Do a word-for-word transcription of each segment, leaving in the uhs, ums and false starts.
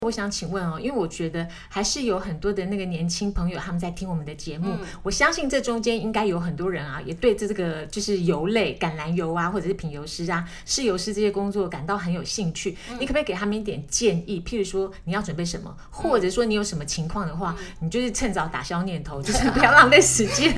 我想请问哦，因为我觉得还是有很多的那个年轻朋友他们在听我们的节目，嗯、我相信这中间应该有很多人啊，也对这个就是油类、橄榄油啊，或者是品油师啊、试油师这些工作感到很有兴趣。嗯、你可不可以给他们一点建议？譬如说你要准备什么，或者说你有什么情况的话，嗯、你就是趁早打消念头，就是不要浪费时间。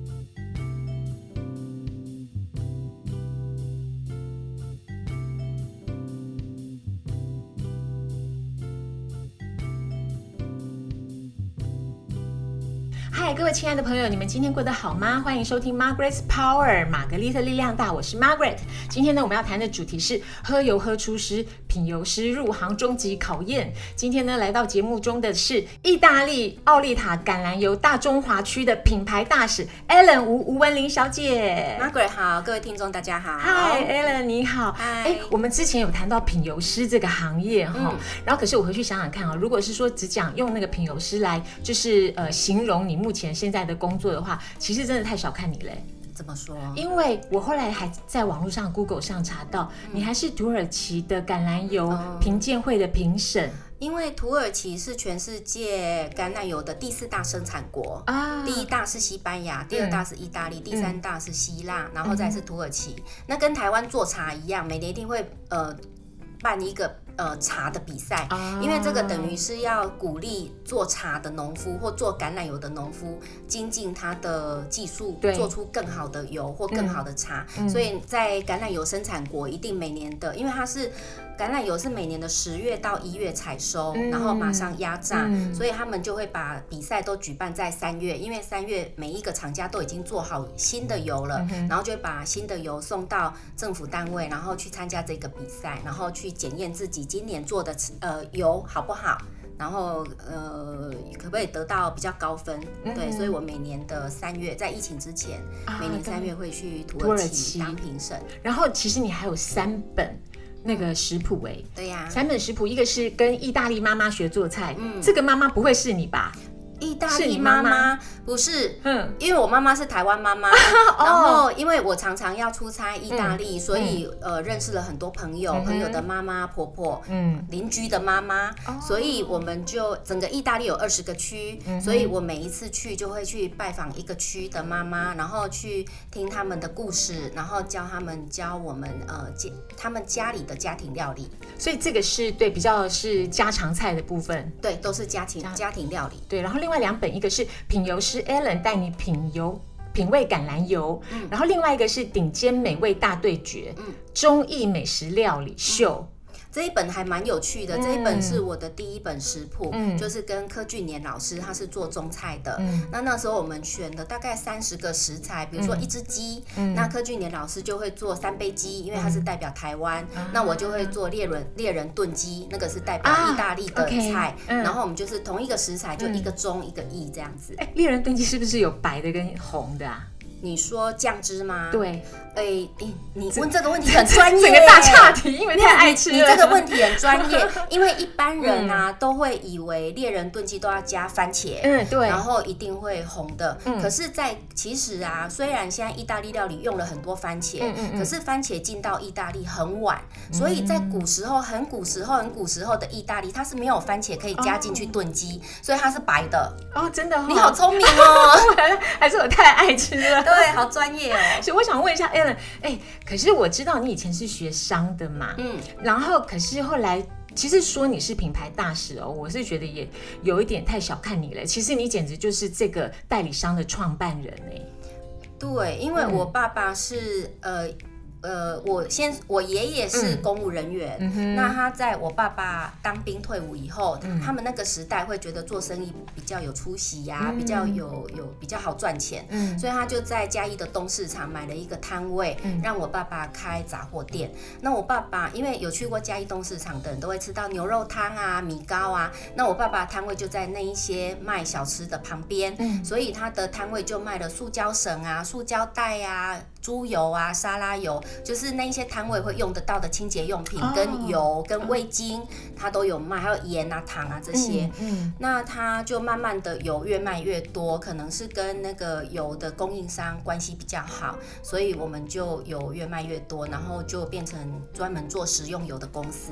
嗨，各位亲爱的朋友，你们今天过得好吗？欢迎收听 Margaret's Power 玛格丽特力量大，我是 Margaret。今天呢，我们要谈的主题是喝油喝出师，品油师入行终极考验。今天呢，来到节目中的是意大利奥利塔橄榄油大中华区的品牌大使 Ellen 吴吴文玲小姐。 Margaret 好，各位听众大家好。 嗨 Ellen 你好。 嗨。 我们之前有谈到品油师这个行业哈、嗯，然后可是我回去想想看啊，如果是说只讲用那个品油师来就是呃形容你目前现在的工作的话，其实真的太小看你嘞。 怎么说？ 因为我后来还在网络上 Google 上查到，嗯、你还是土耳其的橄榄油评鉴会的评审。嗯、 因为土耳其是全世界橄榄油的第四大生产国，啊、第一大是西班牙，第二大是意大利，嗯、第三大是希腊，嗯、然后再是土耳其。嗯、那跟台湾做茶一样，每年一定会呃办一个。呃，茶的比赛，啊、因为这个等于是要鼓励做茶的农夫或做橄榄油的农夫精进他的技术，做出更好的油或更好的茶。嗯、所以在橄榄油生产国，一定每年的，因为它是橄榄油是每年的十月到一月采收，嗯、然后马上压榨，嗯、所以他们就会把比赛都举办在三月，因为三月每一个厂家都已经做好新的油了，嗯、然后就会把新的油送到政府单位，然后去参加这个比赛，然后去检验自己今年做的呃油好不好，然后呃可不可以得到比较高分？嗯、对，所以我每年的三月，在疫情之前，啊、每年三月会去土耳其当评审。 然后其实你还有三本那个食谱哎， 对呀， 三本食谱，一个是跟意大利妈妈学做菜，嗯、这个妈妈不会是你吧？ 意大利妈妈不是，嗯，因为我妈妈是台湾妈妈，然后因为我常常要出差意大利，嗯、所以呃认识了很多朋友，嗯、朋友的妈妈、婆婆，嗯，邻居的妈妈，哦、所以我们就整个意大利有二十个区，嗯、所以我每一次去就会去拜访一个区的妈妈，然后去听他们的故事，然后教他们教我们呃他们家里的家庭料理， 所以这个是对比较是家常菜的部分， 对，都是家庭家庭料理， 对，然后另外。另外两本，一个是品油师 Ellen 带你品油品味橄榄油，嗯、然后另外一个是顶尖美味大对决，嗯、中意美食料理秀。嗯这一本还蛮有趣的，嗯、这一本是我的第一本食谱，嗯、就是跟柯俊年老师，他是做中菜的。嗯、那那时候我们选了大概三十个食材，比如说一只鸡，嗯、那柯俊年老师就会做三杯鸡，因为他是代表台湾。嗯、那我就会做猎人猎人炖鸡，那个是代表意大利的菜。啊 okay 嗯、然后我们就是同一个食材，就一个中、嗯、一个意这样子。 哎，猎人炖鸡是不是有白的跟红的啊？ 你说酱汁吗？ 对， 哎、欸，你问这个问题很专业， 整个大岔题，因为太爱吃了。 你这个问题很专业，因为一般人啊、嗯、都会以为猎人炖鸡都要加番茄，嗯，对，然后一定会红的。嗯、可是在，在其实啊，虽然现在意大利料理用了很多番茄，嗯嗯嗯可是番茄进到意大利很晚，嗯、所以在古时候、很古时候、很古时候的意大利，它是没有番茄可以加进去炖鸡，哦、所以它是白的。 哦，真的、哦， 你好聪明哦！ 还是我太爱吃了。 对，好专业哦。 所以我想问一下 Ellen， 哎，可是我知道你以前是学商的嘛，嗯，然后可是后来其实说你是品牌大使哦，我是觉得也有一点太小看你了。其实你简直就是这个代理商的创办人哎。 对，因为我爸爸是、嗯、呃。呃，我先，我爷爷是公务人员，嗯、那他在我爸爸当兵退伍以后，嗯、他们那个时代会觉得做生意比较有出息呀、啊，嗯、比较有有比较好赚钱，嗯、所以他就在嘉义的东市场买了一个摊位，嗯、让我爸爸开杂货店。那我爸爸因为有去过嘉义东市场的人都会吃到牛肉汤啊、米糕啊，那我爸爸摊位就在那一些卖小吃的旁边，嗯、所以他的摊位就卖了塑胶绳啊、塑胶袋啊、猪油啊、沙拉油。就是那一些摊位会用得到的清洁用品，跟油、跟味精，它都有卖，还有盐啊、糖啊这些。嗯嗯、那它就慢慢的油越卖越多，可能是跟那个油的供应商关系比较好，所以我们就油越卖越多，然后就变成专门做食用油的公司。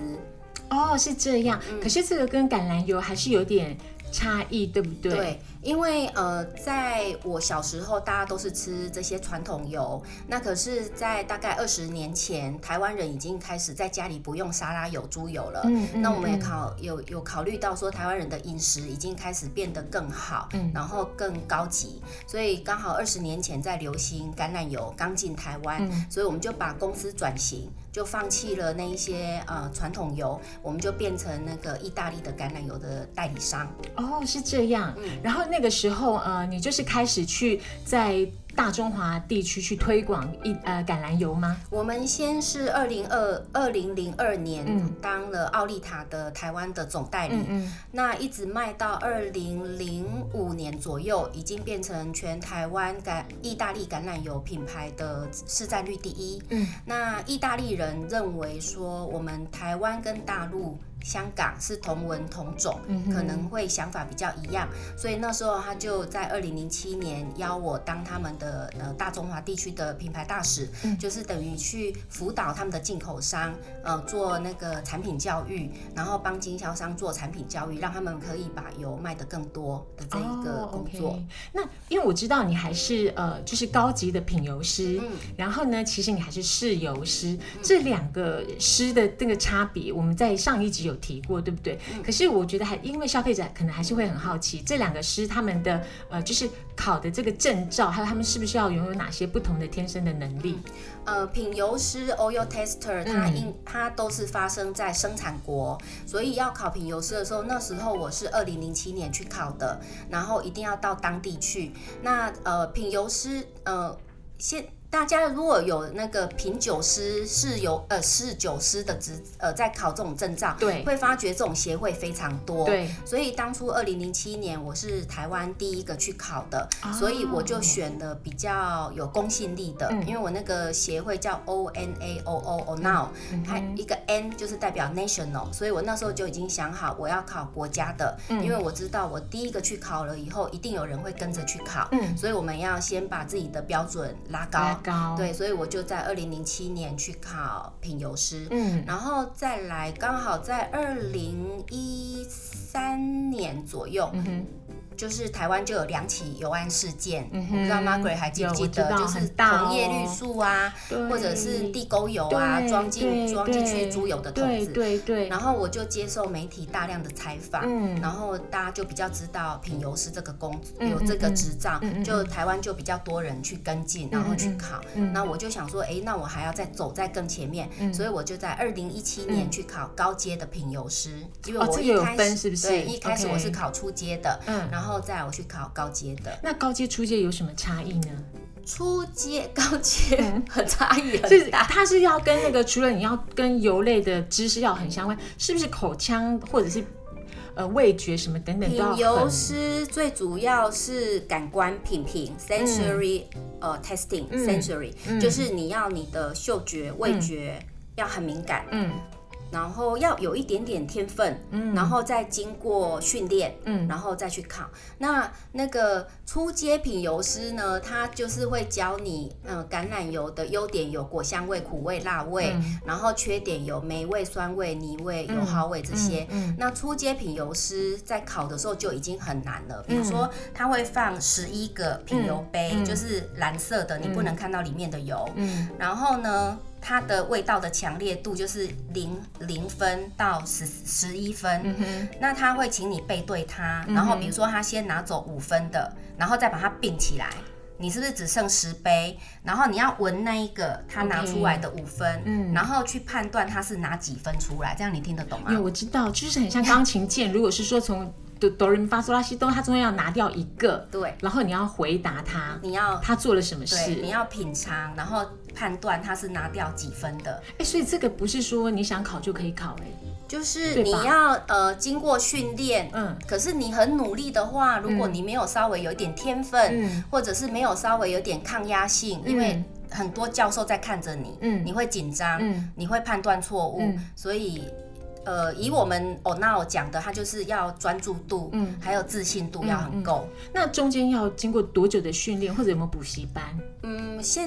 哦，是这样。嗯、可是这个跟橄榄油还是有点差异，对不对？ 对，因为呃，在我小时候，大家都是吃这些传统油，那可是，在大概二十年前，台湾人已经开始在家里不用沙拉油、猪油了。嗯嗯、那我们也考有有考虑到说，台湾人的饮食已经开始变得更好，嗯、然后更高级，所以刚好二十年前在流行橄榄油刚进台湾，嗯、所以我们就把公司转型，就放弃了那一些呃传统油，我们就变成那个意大利的橄榄油的代理商。 哦，是这样。嗯、然后那个时候，呃，你就是开始去在大中华地区去推广一呃橄榄油吗？ 我们先是二零二二零零二年、嗯、当了奥利塔的台湾的总代理，嗯嗯、那一直卖到二零零五年左右，已经变成全台湾橄意大利橄榄油品牌的市占率第一。嗯、那意大利人认为说，我们台湾跟大陆、香港是同文同种，嗯、可能会想法比较一样，所以那时候他就在二零零七年邀我当他们的呃大中华地区的品牌大使，嗯、就是等于去辅导他们的进口商，呃做那个产品教育，然后帮经销商做产品教育，让他们可以把油卖得更多的这一个工作。 Oh, okay. 那因为我知道你还是呃就是高级的品油师，嗯、然后呢，其实你还是试油师，嗯、这两个师的这个差别，我们在上一集有有提过，对不对？嗯、可是我觉得还因为消费者可能还是会很好奇，这两个师他们的呃就是考的这个证照，还有他们是不是要拥有哪些不同的天生的能力？ 呃，品油师 oil tester， 它因、嗯、它都是发生在生产国，所以要考品油师的时候，那时候我是二零零七年去考的，然后一定要到当地去。那呃，品油师呃现。大家如果有那个品酒师、试油呃试酒师的执呃在考这种证照， 对， 会发觉这种协会非常多， 对， 所以当初二零零七年我是台湾第一个去考的，哦、所以我就选了比较有公信力的，嗯、因为我那个协会叫 O N A O O O N O，嗯、它一个 N 就是代表 national， 所以我那时候就已经想好我要考国家的，嗯、因为我知道我第一个去考了以后，一定有人会跟着去考，嗯、所以我们要先把自己的标准拉高， 拉高， 对，所以我就在二零零七年去考品油师，嗯，然后再来刚好在二零一三年左右，嗯哼，就是台湾就有两起油案事件，嗯、我不知道 Margaret 还记不记得，就是同叶绿素啊，哦、或者是地沟油啊，装进装进去猪油的桶子， 对对对。 然后我就接受媒体大量的采访，嗯、然后大家就比较知道品油师这个工有这个执照，嗯、就台湾就比较多人去跟进，然后去考。嗯、那我就想说，哎，那我还要再走在更前面，嗯、所以我就在二零一七年去考高阶的品油师，因为我一开始、 哦、有分是不是？ 对，一开始我是考初阶的，嗯、然后再来我去考高阶的。 那高阶、初阶有什么差异呢？ 初阶、高阶很差异很大， 它是要跟那个除了你要跟油类的知识要很相关，是不是口腔或者是呃味觉什么等等都要很？ 品油师最主要是感官品评 sensory、嗯、呃 testing、嗯、sensory、嗯、就是你要你的嗅觉、味觉、嗯、要很敏感，嗯。然后要有一点点天分，嗯，然后再经过训练，嗯，然后再去考。那那个初阶品油师呢，他就是会教你，呃，橄榄油的优点有果香味、苦味、辣味，嗯、然后缺点有霉味、酸味、泥味、油耗味这些。嗯嗯、那初阶品油师在考的时候就已经很难了，比如说他会放十一个品油杯，嗯、就是蓝色的，你不能看到里面的油，嗯，然后呢，它的味道的强烈度就是零零分到十十一分，嗯、哼那他会请你背对它，然后比如说他先拿走五分的，然后再把它并起来，你是不是只剩十杯？然后你要闻那一个他拿出来的五分， okay, 嗯、然后去判断他是拿几分出来，这样你听得懂吗？ 有，我知道，就是很像钢琴键，如果是说从哆哆来咪发嗦拉西哆，它中间要拿掉一个， 对， 然后你要回答他， 你要他做了什么事， 你要品尝，然后判断他是拿掉几分的。 哎，所以这个不是说你想考就可以考，哎， 就是你要呃经过训练，嗯，可是你很努力的话，如果你没有稍微有一点天分，嗯、或者是没有稍微有点抗压性，嗯、因为很多教授在看着你，嗯、你会紧张，嗯、你会判断错误，嗯、所以。呃，以我们 O N O 讲的，它就是要专注度，嗯，还有自信度要很够。 嗯嗯、那中间要经过多久的训练，或者有没有补习班？ 嗯，现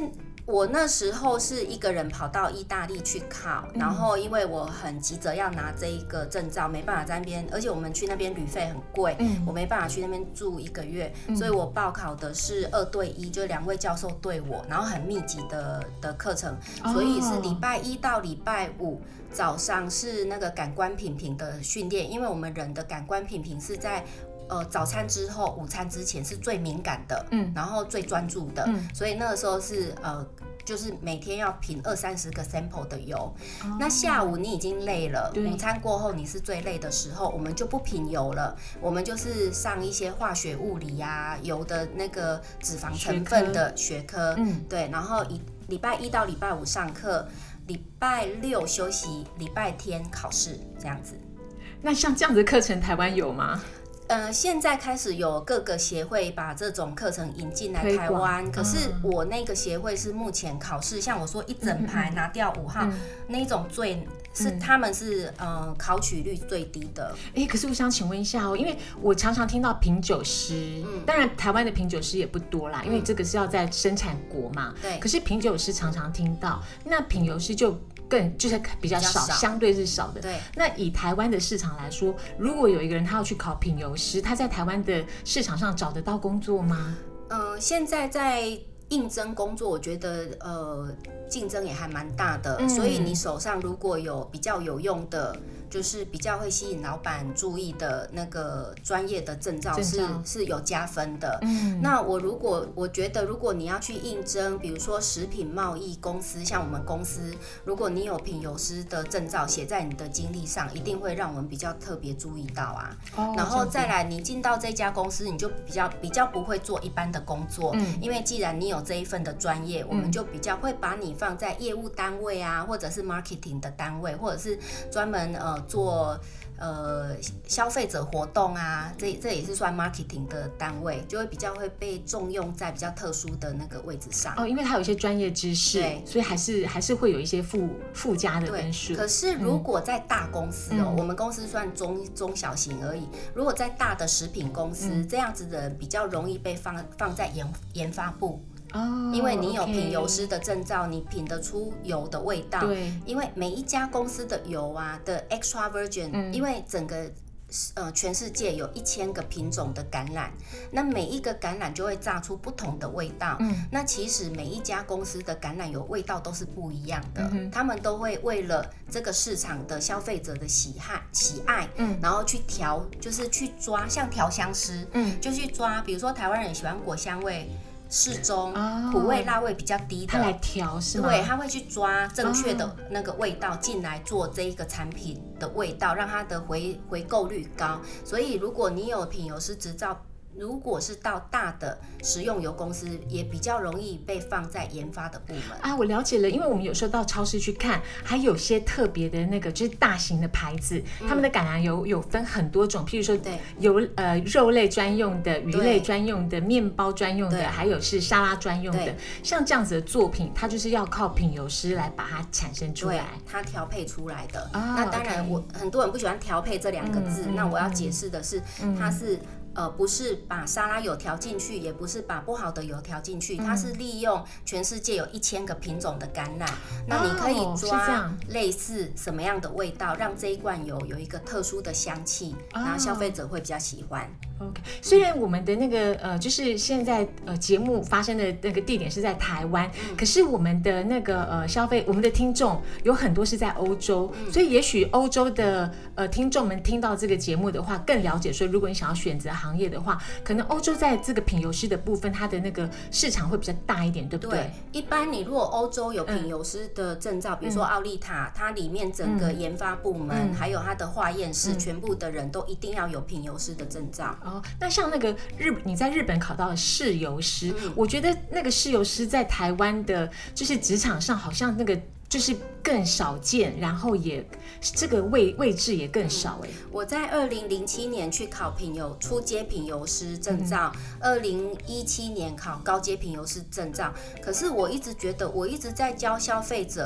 我那时候是一个人跑到意大利去考，然后因为我很急着要拿这一个证照，没办法在那边，而且我们去那边旅费很贵，嗯、我没办法去那边住一个月，嗯、所以我报考的是二对一，就两位教授对我，然后很密集的的课程，所以是礼拜一到礼拜五早上是那个感官品评的训练，因为我们人的感官品评是在。呃，早餐之后、午餐之前是最敏感的，嗯，然后最专注的，嗯，所以那个时候是呃，就是每天要品二三十个 sample 的油。哦、那下午你已经累了，午餐过后你是最累的时候，我们就不品油了，我们就是上一些化学物理啊、油的那个脂肪成分的学科，嗯，对，然后以礼拜一到礼拜五上课，礼拜六休息，礼拜天考试这样子。 那像这样的课程，台湾有吗？ 呃，现在开始有各个协会把这种课程引进来台湾，可是我那个协会是目前考试，像我说一整排拿掉五号、嗯、那一种最是、嗯、他们是呃考取率最低的。 哎，可是我想请问一下哦，因为我常常听到品酒师，嗯、当然台湾的品酒师也不多啦，因为这个是要在生产国嘛，对。可是品酒师常常听到，那品油师就。更就是比较 少, 比较少相对是少的。对，那以台湾的市场来说，如果有一个人他要去考品油师，他在台湾的市场上找得到工作吗？ 呃，现在在应征工作，我觉得呃竞争也还蛮大的、嗯，所以你手上如果有比较有用的。就是比较会吸引老板注意的那个专业的证照是是有加分的。嗯，那我如果我觉得如果你要去应征，比如说食品贸易公司，像我们公司，如果你有品油师的证照写在你的经历上，一定会让我们比较特别注意到啊。哦、然后再来，你进到这家公司，你就比较比较不会做一般的工作，嗯，因为既然你有这一份的专业，我们就比较会把你放在业务单位啊，或者是 marketing 的单位，或者是专门呃。做呃消费者活动啊，这这也是算 marketing 的单位，就会比较会被重用在比较特殊的那个位置上。 哦，因为它有一些专业知识，所以还是还是会有一些附附加的分数。 可是如果在大公司哦，嗯、我们公司算中中小型而已。如果在大的食品公司，嗯、这样子的人比较容易被放放在研研发部。Oh, 因为你有品油师的证照， okay. 你品得出油的味道。对，因为每一家公司的油啊的 extra virgin，嗯、因为整个呃全世界有一千个品种的橄榄，那每一个橄榄就会榨出不同的味道。嗯，那其实每一家公司的橄榄油味道都是不一样的，嗯、他们都会为了这个市场的消费者的喜爱喜爱，嗯，然后去调，就是去抓，像调香师，嗯，就去抓，比如说台湾人喜欢果香味。适中、哦、苦味、辣味比较低的， 他来调是吗？ 对，他会去抓正确的那个味道进来做这一个产品的味道，让它的回回购率高。所以如果你有品油师执照，如果是到大的食用油公司，也比较容易被放在研发的部门啊。我了解了，因为我们有时候到超市去看，还有些特别的那个就是大型的牌子，嗯、他们的橄榄油有分很多种，譬如说有呃肉类专用的、鱼类专用的、面包专用的，还有是沙拉专用的。像这样子的作品，它就是要靠品油师来把它产生出来， 对，它调配出来的。哦、那当然我，我很多人不喜欢调配这两个字，嗯、那我要解释的是，嗯、它是。呃，不是把沙拉油调进去，也不是把不好的油调进去，嗯、它是利用全世界有一千个品种的橄榄，嗯、那你可以抓类似什么样的味道，让这一罐油有一个特殊的香气，哦、然后消费者会比较喜欢。 OK， 虽然我们的那个呃，就是现在呃节目发生的那个地点是在台湾，嗯、可是我们的那个呃消费，我们的听众有很多是在欧洲，嗯、所以也许欧洲的呃听众们听到这个节目的话，更了解说，如果你想要选择行业的话，可能欧洲在这个品油师的部分，它的那个市场会比较大一点，对不对？ 对，一般你如果欧洲有品油师的证照，嗯、比如说奥利塔，它里面整个研发部门，嗯、还有它的化验室，嗯、全部的人都一定要有品油师的证照。 哦，那像那个日，你在日本考到的试油师，嗯、我觉得那个试油师在台湾的，就是职场上好像那个。就是更少见，然后也这个位位置也更少哎、 嗯。我在二零零七年去考品油初阶品油师证照，二零一七年考高阶品油师证照。可是我一直觉得，我一直在教消费者。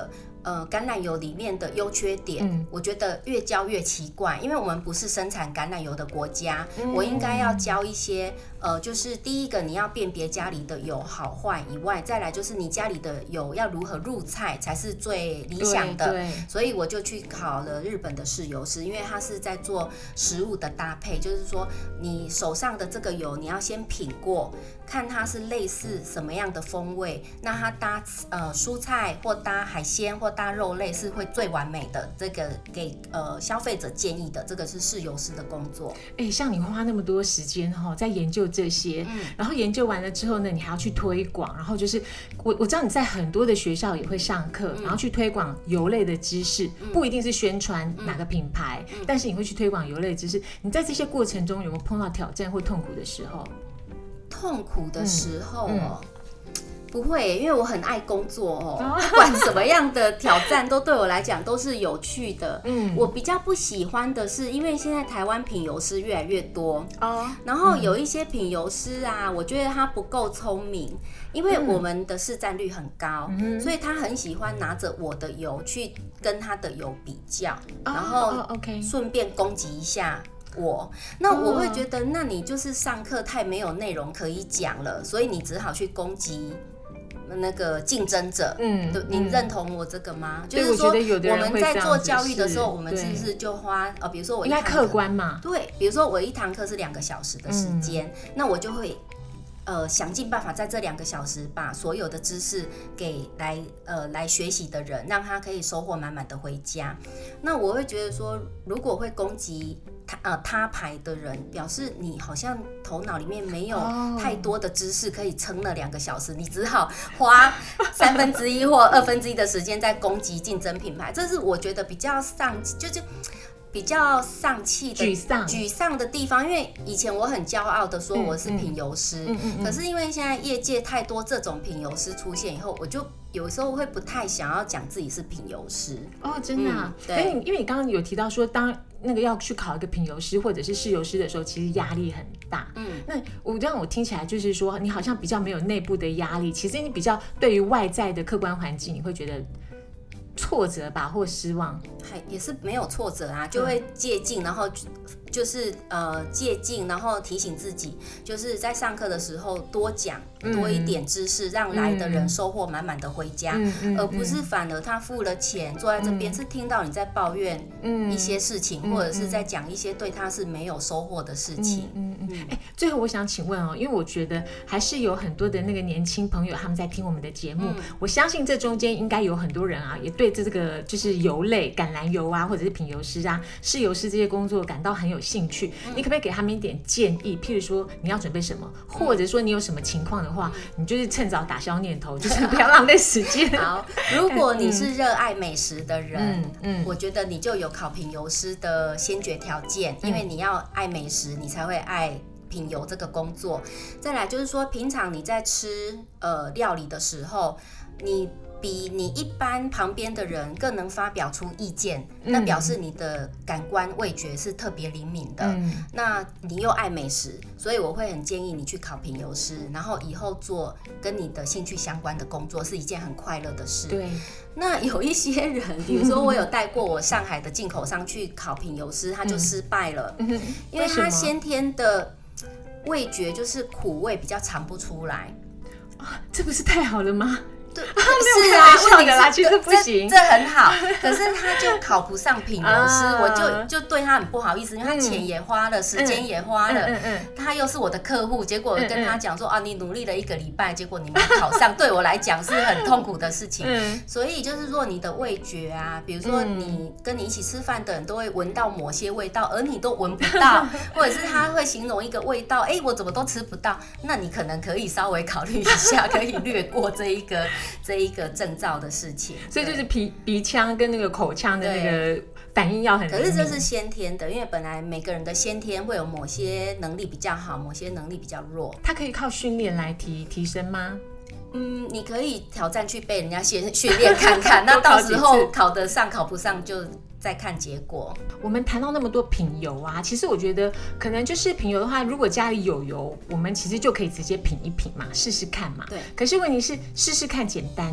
呃橄榄油里面的优缺点，嗯、我觉得越教越奇怪，因为我们不是生产橄榄油的国家，嗯、我应该要教一些。呃，就是第一个你要辨别家里的油好坏以外，再来就是你家里的油要如何入菜才是最理想的。 对对， 所以我就去考了日本的侍油师，因为他是在做食物的搭配，就是说你手上的这个油你要先品过，看它是类似什么样的风味，那它搭呃蔬菜或搭海鲜或搭肉类是会最完美的。这个给呃消费者建议的，这个是侍油师的工作。 哎，像你花那么多时间哈、哦，在研究这些，嗯、然后研究完了之后呢，你还要去推广，然后就是我我知道你在很多的学校也会上课，嗯、然后去推广油类的知识，嗯、不一定是宣传哪个品牌，嗯、但是你会去推广油类知识。你在这些过程中有没有碰到挑战或痛苦的时候？ 痛苦的时候哦。嗯嗯不会，因为我很爱工作哦，不管什么样的挑战都对我来讲都是有趣的。嗯，我比较不喜欢的是，因为现在台湾品油师越来越多哦，然后有一些品油师啊，我觉得他不够聪明，因为我们的市占率很高，嗯、所以他很喜欢拿着我的油去跟他的油比较，然后顺便攻击一下。我那我会觉得，那你就是上课太没有内容可以讲了，所以你只好去攻击那个竞争者。嗯，你认同我这个吗？嗯、就是说，我们在做教育的时候，我们是不是就花呃，比如说我一堂课应该客观嘛？ 对，比如说我一堂课是两个小时的时间，嗯、那我就会。呃，想尽办法在这两个小时把所有的知识给来呃来学习的人，让他可以收获满满的回家。那我会觉得说，如果会攻击他呃他牌的人，表示你好像头脑里面没有太多的知识可以撑了两个小时，你只好花三分之一或二分之一的时间在攻击竞争品牌。这是我觉得比较上就就。比较丧气的沮丧沮丧的地方，因为以前我很骄傲的说我是品油师，嗯嗯嗯、可是因为现在业界太多这种品油师出现以后，我就有时候会不太想要讲自己是品油师。 哦，真的啊？嗯、对，因为你刚刚有提到说，当那个要去考一个品油师或者是侍油师的时候，其实压力很大。嗯，那我让我听起来就是说，你好像比较没有内部的压力，其实你比较对于外在的客观环境，你会觉得。挫折吧，或失望， 还也是没有挫折啊，就会借镜，然后就是呃借镜，然后提醒自己，就是在上课的时候多讲多一点知识，嗯、让来的人收获满满的回家，嗯、而不是反而他付了钱坐在这边，嗯、是听到你在抱怨一些事情，嗯、或者是在讲一些对他是没有收获的事情。嗯嗯嗯欸、最后我想请问哦，因为我觉得还是有很多的那个年轻朋友他们在听我们的节目，嗯、我相信这中间应该有很多人啊，也对这个就是油类、橄榄油啊，或者是品油师啊、侍油师这些工作感到很有兴趣。嗯、你可不可以给他们一点建议？譬如说你要准备什么，或者说你有什么情况的话，你就是趁早打消念头，就是不要浪费时间。 好，如果你是热爱美食的人，嗯嗯、我觉得你就有考品油师的先决条件，因为你要爱美食，你才会爱品油这个工作。再来就是说，平常你在吃呃料理的时候，你比你一般旁边的人更能发表出意见，嗯、那表示你的感官味觉是特别灵敏的。嗯、那你又爱美食，所以我会很建议你去考品油师，然后以后做跟你的兴趣相关的工作，是一件很快乐的事。 对。 那有一些人，比如说我有带过我上海的进口商去考品油师，他就失败了，嗯、因为他先天的味觉就是苦味比较尝不出来。 啊，这不是太好了吗？ 是啊，问题是其实不行， 这, 这很好，可是他就考不上品油师，啊、我就就对他很不好意思，因为他钱也花了，嗯、时间也花了，嗯嗯嗯、他又是我的客户，结果我跟他讲说、嗯嗯、啊，你努力了一个礼拜，结果你没考上，对我来讲是很痛苦的事情。嗯、所以就是说你的味觉啊，比如说你跟你一起吃饭的人都会闻到某些味道，而你都闻不到，或者是他会形容一个味道，哎，我怎么都吃不到，那你可能可以稍微考虑一下，可以略过这一个。这一个证照的事情， 所以就是鼻鼻腔跟那个口腔的那个反应要很灵敏。 可是这是先天的，因为本来每个人的先天会有某些能力比较好，某些能力比较弱。 它可以靠训练来提提升吗？ 嗯，你可以挑战去被人家先训练看看，那到时候考得上考不上就再看结果。 我们谈到那么多品油啊，其实我觉得可能就是品油的话，如果家里有油，我们其实就可以直接品一品嘛，试试看嘛。 对。 可是问题是试试看简单，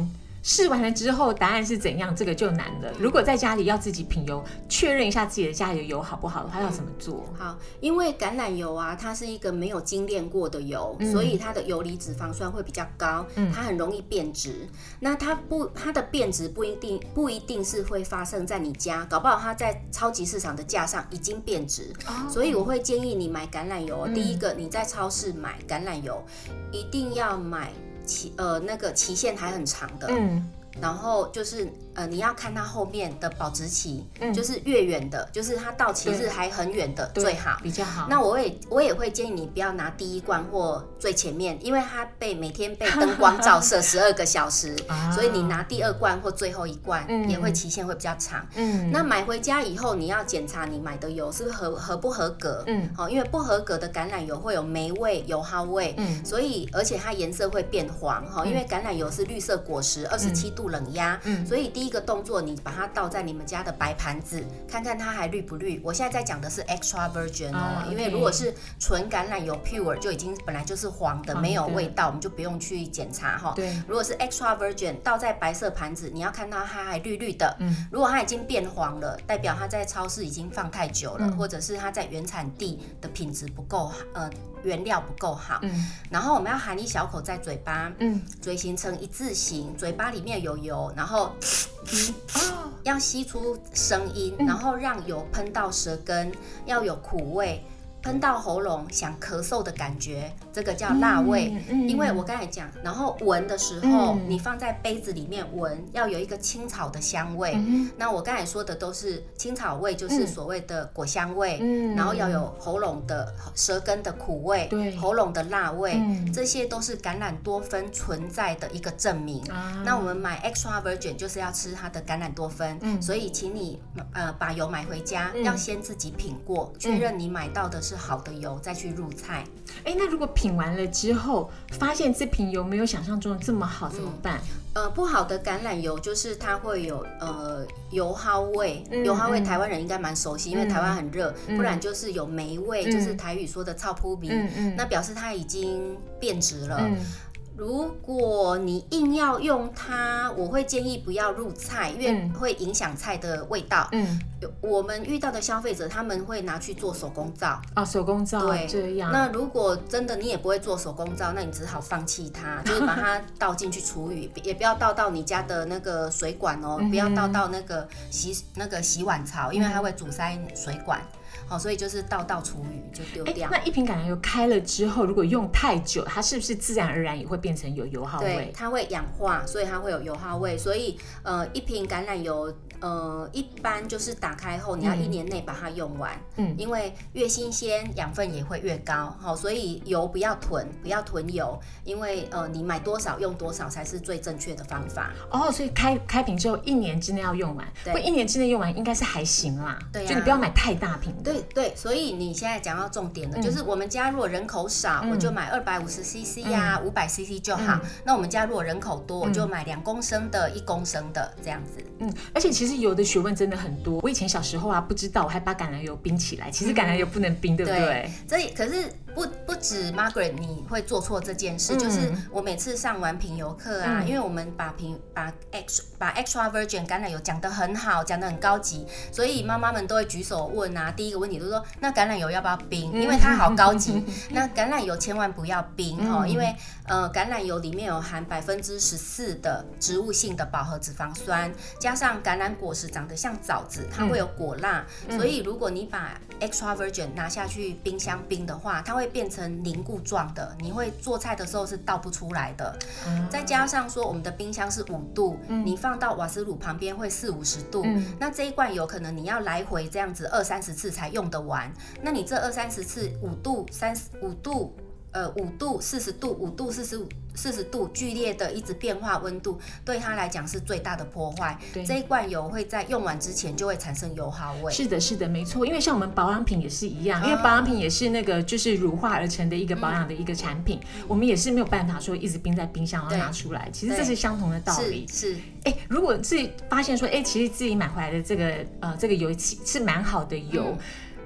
试完了之后答案是怎样，这个就难了。如果在家里要自己品油，确认一下自己的家里的油好不好的话，要怎么做？ 嗯、好，因为橄榄油啊，它是一个没有精炼过的油，嗯、所以它的游离脂肪酸会比较高，嗯、它很容易变质。那它不，它的变质不一定不一定是会发生在你家，搞不好它在超级市场的架上已经变质。哦、所以我会建议你买橄榄油，嗯、第一个你在超市买橄榄油，一定要买期呃那个期限还很长的。嗯然后就是呃，你要看它后面的保质期，嗯、就是越远的，就是它到期日还很远的最好， 比较好。 那我也我也会建议你不要拿第一罐或最前面，因为它被每天被灯光照射十二个小时，所以你拿第二罐或最后一罐、嗯、也会期限会比较长。嗯，那买回家以后，你要检查你买的油是不是合合不合格。嗯，好，因为不合格的橄榄油会有霉味、油耗味，嗯，所以而且它颜色会变黄哈，因为橄榄油是绿色果实，二十七度冷压，嗯，所以第一个动作你把它倒在你们家的白盘子，看看它还绿不绿。我现在在讲的是 extra virgin 哦，啊、因为如果是纯橄榄油 pure 就已经本来就是黄的，没有味道，我们就不用去检查哈。对，如果是 extra virgin 倒在白色盘子，你要看到它还绿绿的，嗯，如果它已经变黄了，代表它在超市已经放太久了，嗯、或者是它在原产地的品质不够好，呃。原料不够好，嗯，然后我们要含一小口在嘴巴，嗯，嘴形成一字形，嘴巴里面有油，然后，嗯哦、要吸出声音，然后让油喷到舌根，要有苦味。喷到喉咙想咳嗽的感觉，这个叫辣味。嗯嗯、因为我刚才讲，然后闻的时候，嗯、你放在杯子里面闻，要有一个青草的香味。嗯、那我刚才说的都是青草味，就是所谓的果香味。嗯、然后要有喉咙的舌根的苦味，对，喉咙的辣味，嗯、这些都是橄榄多酚存在的一个证明。啊、那我们买 extra virgin 就是要吃它的橄榄多酚，嗯、所以请你呃把油买回家，嗯、要先自己品过，确认你买到的是好的油再去入菜。 哎，那如果品完了之后，发现这瓶油没有想象中的这么好，怎么办？ 嗯、呃，不好的橄榄油就是它会有呃油耗味，嗯、油耗味台湾人应该蛮熟悉，嗯、因为台湾很热，嗯、不然就是有霉味，嗯、就是台语说的臭扑鼻，嗯嗯、那表示它已经变质了。嗯如果你硬要用它，我会建议不要入菜，因为会影响菜的味道。嗯，我们遇到的消费者他们会拿去做手工皂啊，手工皂对这样。 那如果真的你也不会做手工皂，那你只好放弃它，就是把它倒进去厨余，也不要倒到你家的那个水管哦，嗯、不要倒到那个洗那个洗碗槽，因为它会阻塞水管。好，所以就是倒到厨余就丢掉。 那一瓶橄榄油开了之后，如果用太久，它是不是自然而然也会变成有油耗味？ 对，它会氧化，所以它会有油耗味。所以呃，一瓶橄榄油。呃，一般就是打开后，你要一年内把它用完，嗯，因为越新鲜，养分也会越高，好，所以油不要囤，不要囤油，因为呃，你买多少用多少才是最正确的方法。 哦，所以开开瓶之后一年之内要用完，对，一年之内用完应该是还行啦，对呀、啊，就你不要买太大瓶的。对对，所以你现在讲到重点了，嗯、就是我们家如果人口少，嗯、我就买二百五十 C C 呀，五百 C C 就好。嗯、那我们家如果人口多，我就买两公升的、一公升的这样子。 嗯，而且其实油的学问真的很多。我以前小时候啊，不知道，我还把橄榄油冰起来。其实橄榄油不能冰，嗯、对不对？ 所以可是不不止 Margaret 你会做错这件事，嗯、就是我每次上完品油课啊，嗯、因为我们把品把 extra 把 extra virgin 橄榄油讲得很好，讲得很高级，所以妈妈们都会举手问啊。第一个问题都说，那橄榄油要不要冰？因为它好高级。那橄榄油千万不要冰哦，嗯、因为呃橄榄油里面有含百分之十四的植物性的饱和脂肪酸。加上橄榄果实长得像枣子，它会有果蜡，嗯、所以如果你把 extra virgin 拿下去冰箱冰的话，它会变成凝固状的，你会做菜的时候是倒不出来的。嗯、再加上说我们的冰箱是五度，嗯、你放到瓦斯炉旁边会四五十度，嗯、那这一罐油可能你要来回这样子二三十次才用得完，那你这二三十次五度三五度。呃，五度、四十度、五度、四十五、四十度，剧烈的一直变化温度，对它来讲是最大的破坏。这一罐油会在用完之前就会产生油耗味。 是的，是的，没错。因为像我们保养品也是一样，因为保养品也是那个就是乳化而成的一个保养的一个产品，嗯、我们也是没有办法说一直冰在冰箱然后拿出来。其实这是相同的道理。 是， 哎，如果自己发现说，哎，其实自己买回来的这个呃这个油是蛮好的油。嗯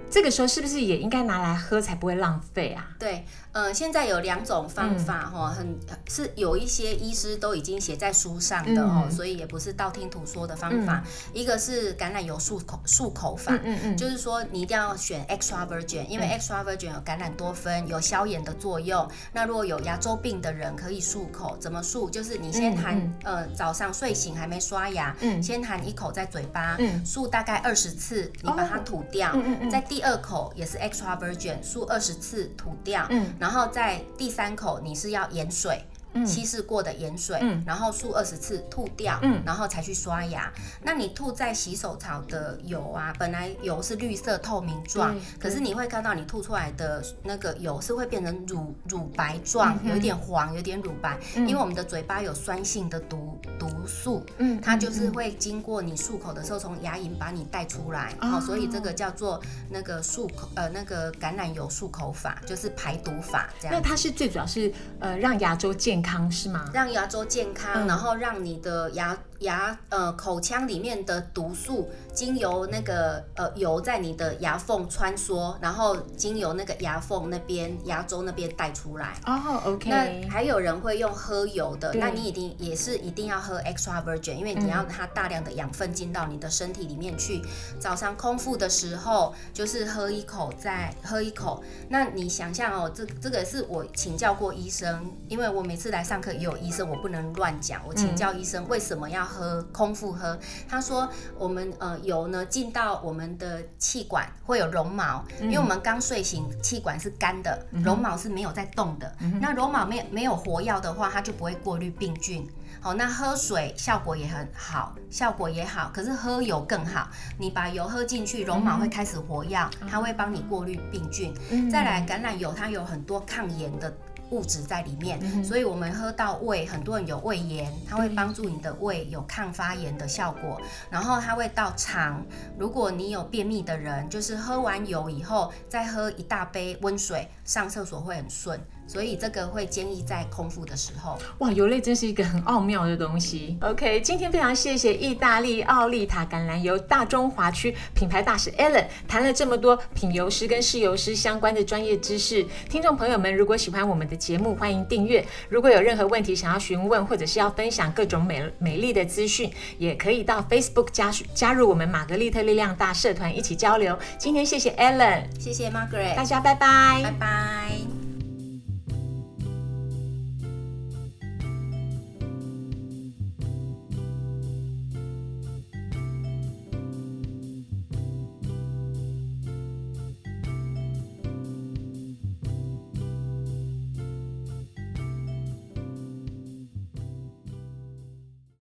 这个时候是不是也应该拿来喝才不会浪费啊？ 对，呃，现在有两种方法哈、嗯，很是有一些医师都已经写在书上的哦、嗯，所以也不是道听途说的方法。嗯、一个是橄榄油漱口漱口法，嗯嗯嗯，就是说你一定要选 extra virgin， 因为 extra virgin 有橄榄多酚，有消炎的作用。那如果有牙周病的人可以漱口，怎么漱？就是你先含、嗯嗯、呃早上睡醒还没刷牙，嗯、先含一口在嘴巴，嗯、漱大概二十次，你把它吐掉。哦嗯嗯嗯，在第二口也是 extra virgin， 漱二十次吐掉，嗯，然后在第三口你是要盐水。稀释过的盐水，嗯、然后漱二十次吐掉，嗯、然后才去刷牙。那你吐在洗手槽的油啊，本来油是绿色透明状，可是你会看到你吐出来的那个油是会变成乳乳白状，有一点黄，有点乳白，嗯、因为我们的嘴巴有酸性的毒毒素，嗯、它就是会经过你漱口的时候从牙龈把你带出来，哦哦，所以这个叫做那个漱口呃那个橄榄油漱口法，就是排毒法这样。 那它是最主要是呃让牙周健康。健康是吗？ 让牙周健康，嗯、然后让你的牙牙呃口腔里面的毒素经由那个呃油在你的牙缝穿梭，然后经由那个牙缝那边牙周那边带出来。 哦 ，OK。 那还有人会用喝油的，那你一定也是一定要喝 extra virgin， 因为你要它大量的养分进到你的身体里面去。早上空腹的时候就是喝一口，再喝一口。那你想象哦，这这个是我请教过医生，因为我每次来上课也有医生，我不能乱讲。我请教医生为什么要喝空腹喝，他说我们呃油呢进到我们的气管会有绒毛，嗯、因为我们刚睡醒，气管是干的，绒毛是没有在动的。嗯、那绒毛没有没有活药的话，它就不会过滤病菌。好，那喝水效果也很好，效果也好，可是喝油更好。你把油喝进去，绒毛会开始活药，嗯、它会帮你过滤病菌。嗯、再来，橄榄油它有很多抗炎的物质在里面，嗯、所以我们喝到胃，很多人有胃炎，它会帮助你的胃有抗发炎的效果。然后它会到肠，如果你有便秘的人，就是喝完油以后再喝一大杯温水，上厕所会很顺。所以这个会建议在空腹的时候。 哇，油类真是一个很奥妙的东西。OK， 今天非常谢谢意大利奥利塔橄榄油大中华区品牌大使 Ellen 谈了这么多品油师跟试油师相关的专业知识。听众朋友们，如果喜欢我们的节目，欢迎订阅。如果有任何问题想要询问，或者是要分享各种美美丽的资讯，也可以到 Facebook 加加入我们玛格丽特力量大社团一起交流。今天谢谢 Ellen， 谢谢 Margaret， 大家拜拜， 拜拜。